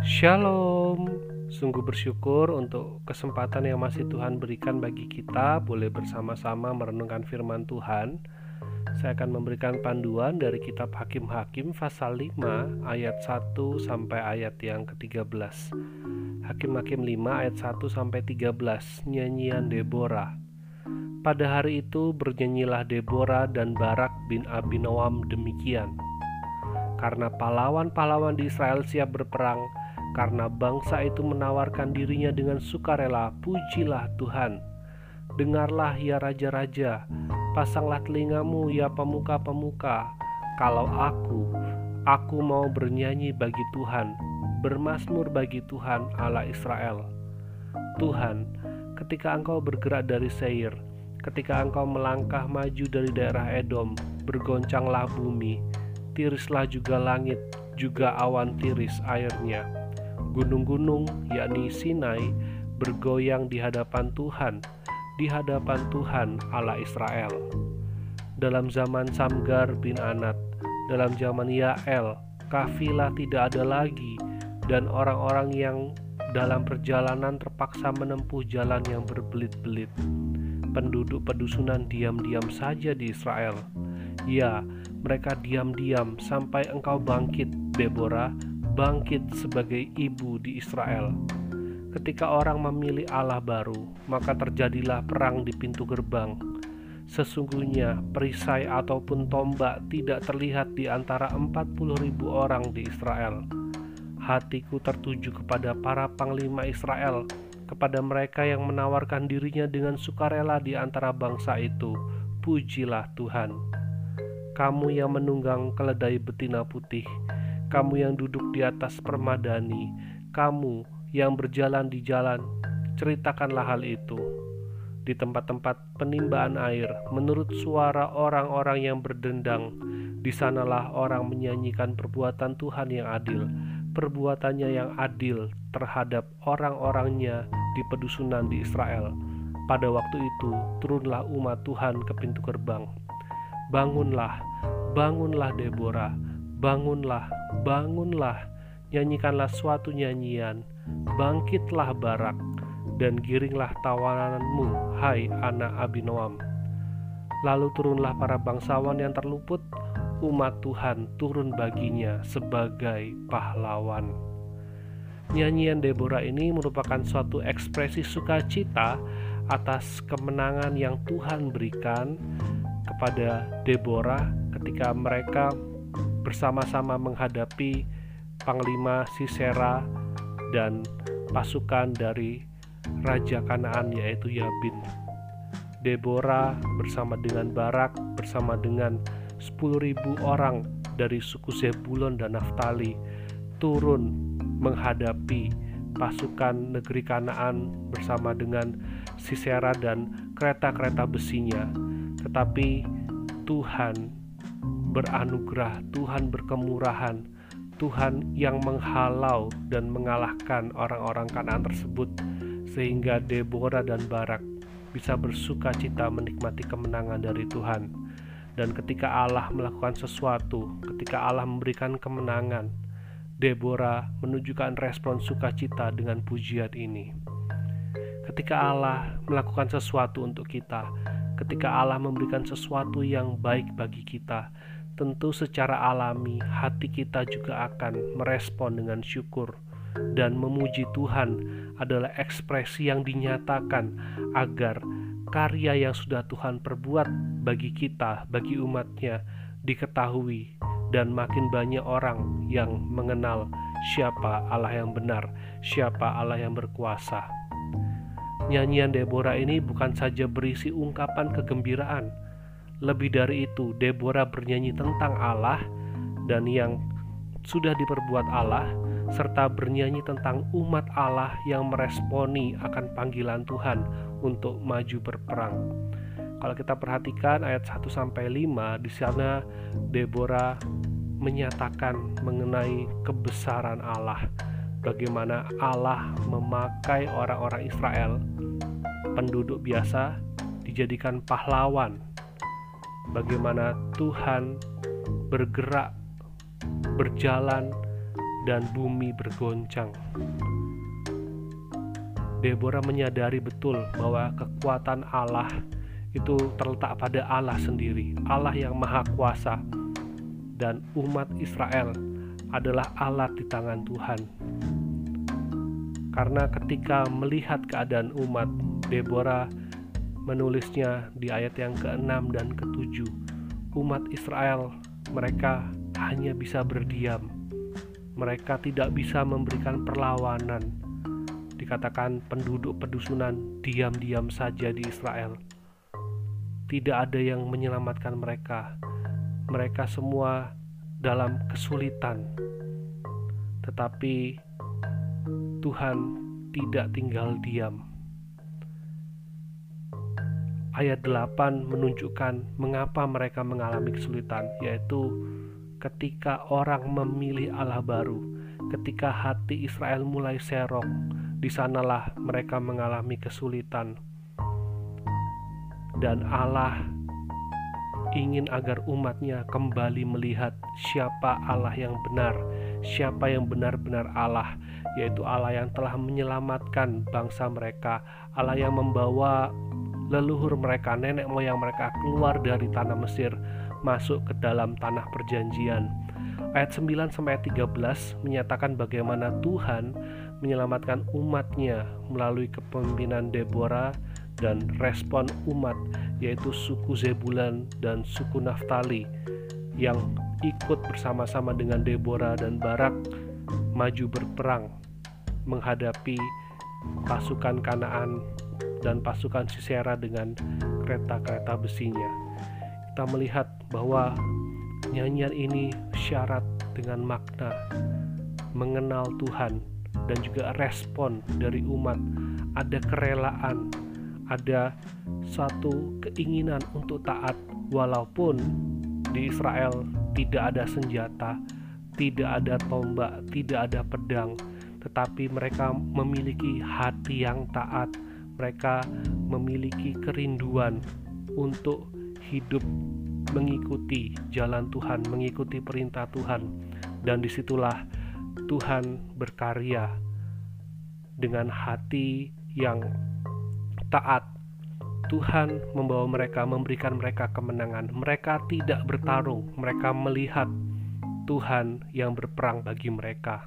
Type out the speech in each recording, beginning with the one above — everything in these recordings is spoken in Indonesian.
Shalom, sungguh bersyukur untuk kesempatan yang masih Tuhan berikan bagi kita boleh bersama-sama merenungkan firman Tuhan. Saya akan memberikan panduan dari kitab Hakim-Hakim pasal 5 ayat 1 sampai ayat yang ke-13. Hakim-Hakim 5 ayat 1 sampai 13, nyanyian Deborah. Pada hari itu bernyanyilah Deborah dan Barak bin Abinoam demikian. Karena pahlawan-pahlawan di Israel siap berperang, karena bangsa itu menawarkan dirinya dengan sukarela, pujilah Tuhan. Dengarlah ya raja-raja, pasanglah telingamu ya pemuka-pemuka. Kalau aku mau bernyanyi bagi Tuhan, bermazmur bagi Tuhan Allah Israel. Tuhan, ketika Engkau bergerak dari Seir, ketika Engkau melangkah maju dari daerah Edom, bergoncanglah bumi, tirislah juga langit, juga awan tiris airnya. Gunung-gunung, yakni Sinai, bergoyang di hadapan Tuhan Allah Israel. Dalam zaman Samgar bin Anat, dalam zaman Yael, kafilah tidak ada lagi, dan orang-orang yang dalam perjalanan terpaksa menempuh jalan yang berbelit-belit. Penduduk pedusunan diam-diam saja di Israel. Ya, mereka diam-diam sampai engkau bangkit, Deborah, bangkit sebagai ibu di Israel. Ketika orang memilih Allah baru, maka terjadilah perang di pintu gerbang. Sesungguhnya perisai ataupun tombak tidak terlihat di antara 40.000 orang di Israel. Hatiku tertuju kepada para panglima Israel, kepada mereka yang menawarkan dirinya dengan sukarela di antara bangsa itu. Pujilah Tuhan. Kamu yang menunggang keledai betina putih, kamu yang duduk di atas permadani, kamu yang berjalan di jalan, ceritakanlah hal itu. Di tempat-tempat penimbaan air, menurut suara orang-orang yang berdendang, di sanalah orang menyanyikan perbuatan Tuhan yang adil, perbuatannya yang adil terhadap orang-orangnya di pedusunan di Israel. Pada waktu itu, turunlah umat Tuhan ke pintu gerbang. Bangunlah, bangunlah Deborah, bangunlah, bangunlah, nyanyikanlah suatu nyanyian, bangkitlah Barak, dan giringlah tawananmu, hai anak Abinoam. Lalu turunlah para bangsawan yang terluput, umat Tuhan turun baginya sebagai pahlawan. Nyanyian Deborah ini merupakan suatu ekspresi sukacita atas kemenangan yang Tuhan berikan kepada Deborah ketika mereka bersama-sama menghadapi Panglima Sisera dan pasukan dari Raja Kanaan yaitu Yabin. Deborah bersama dengan Barak bersama dengan 10.000 orang dari suku Zebulon dan Naftali turun menghadapi pasukan negeri Kanaan bersama dengan Sisera dan kereta-kereta besinya. Tetapi Tuhan beranugerah, Tuhan berkemurahan, Tuhan yang menghalau dan mengalahkan orang-orang Kanaan tersebut, sehingga Deborah dan Barak bisa bersuka cita menikmati kemenangan dari Tuhan. Dan ketika Allah melakukan sesuatu, ketika Allah memberikan kemenangan, Deborah menunjukkan respon sukacita dengan pujian ini. Ketika Allah melakukan sesuatu untuk kita, ketika Allah memberikan sesuatu yang baik bagi kita, tentu secara alami hati kita juga akan merespon dengan syukur, dan memuji Tuhan adalah ekspresi yang dinyatakan agar karya yang sudah Tuhan perbuat bagi kita, bagi umatnya diketahui, dan makin banyak orang yang mengenal siapa Allah yang benar, siapa Allah yang berkuasa. Nyanyian Deborah ini bukan saja berisi ungkapan kegembiraan. Lebih dari itu, Deborah bernyanyi tentang Allah dan yang sudah diperbuat Allah, serta bernyanyi tentang umat Allah yang meresponi akan panggilan Tuhan untuk maju berperang. Kalau kita perhatikan ayat 1-5, di sana Deborah menyatakan mengenai kebesaran Allah, bagaimana Allah memakai orang-orang Israel, penduduk biasa, dijadikan pahlawan, bagaimana Tuhan bergerak, berjalan dan bumi bergoncang. Deborah menyadari betul bahwa kekuatan Allah itu terletak pada Allah sendiri, Allah yang maha kuasa, dan umat Israel adalah alat di tangan Tuhan. Karena ketika melihat keadaan umat, Deborah menulisnya di ayat yang ke-6 dan ke-7. Umat Israel, mereka hanya bisa berdiam. Mereka tidak bisa memberikan perlawanan. Dikatakan penduduk pedusunan diam-diam saja di Israel. Tidak ada yang menyelamatkan mereka. Mereka semua dalam kesulitan. Tetapi Tuhan tidak tinggal diam. Ayat 8 menunjukkan mengapa mereka mengalami kesulitan, yaitu ketika orang memilih Allah baru, ketika hati Israel mulai serong, di sanalah mereka mengalami kesulitan. Dan Allah ingin agar umatnya kembali melihat siapa Allah yang benar, siapa yang benar-benar Allah, yaitu Allah yang telah menyelamatkan bangsa mereka, Allah yang membawa leluhur mereka, nenek moyang mereka keluar dari tanah Mesir masuk ke dalam tanah perjanjian. Ayat 9-13 menyatakan bagaimana Tuhan menyelamatkan umatnya melalui kepemimpinan Deborah dan respon umat, yaitu suku Zebulan dan suku Naftali yang ikut bersama-sama dengan Deborah dan Barak maju berperang menghadapi pasukan Kanaan dan pasukan Sisera dengan kereta-kereta besinya. Kita melihat bahwa nyanyian ini syarat dengan makna mengenal Tuhan dan juga respon dari umat. Ada kerelaan, ada satu keinginan untuk taat walaupun di Israel tidak ada senjata, tidak ada tombak, tidak ada pedang, tetapi mereka memiliki hati yang taat. Mereka memiliki kerinduan untuk hidup mengikuti jalan Tuhan, mengikuti perintah Tuhan. Dan disitulah Tuhan berkarya dengan hati yang taat. Tuhan membawa mereka, memberikan mereka kemenangan. Mereka tidak bertarung, mereka melihat Tuhan yang berperang bagi mereka.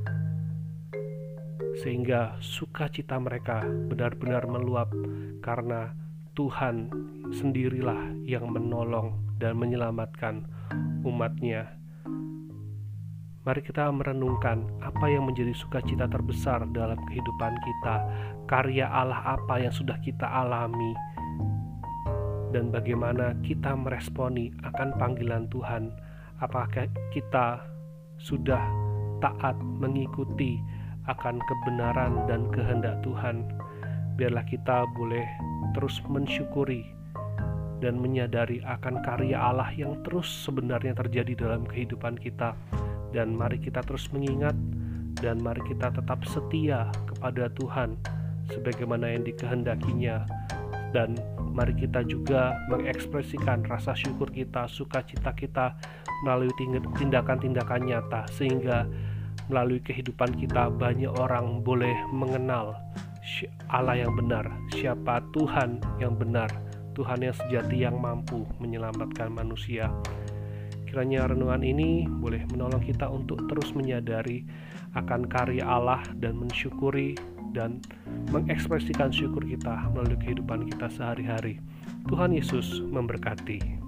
Sehingga sukacita mereka benar-benar meluap karena Tuhan sendirilah yang menolong dan menyelamatkan umatnya. Mari kita merenungkan apa yang menjadi sukacita terbesar dalam kehidupan kita, karya Allah apa yang sudah kita alami, dan bagaimana kita meresponi akan panggilan Tuhan. Apakah kita sudah taat mengikuti akan kebenaran dan kehendak Tuhan? Biarlah kita boleh terus mensyukuri dan menyadari akan karya Allah yang terus sebenarnya terjadi dalam kehidupan kita. Dan mari kita terus mengingat dan mari kita tetap setia kepada Tuhan sebagaimana yang dikehendakinya. Dan mari kita juga mengekspresikan rasa syukur kita, sukacita kita melalui tindakan-tindakan nyata, sehingga melalui kehidupan kita banyak orang boleh mengenal Allah yang benar, siapa Tuhan yang benar, Tuhan yang sejati yang mampu menyelamatkan manusia. Kiranya renungan ini boleh menolong kita untuk terus menyadari akan karya Allah dan mensyukuri dan mengekspresikan syukur kita melalui kehidupan kita sehari-hari. Tuhan Yesus memberkati.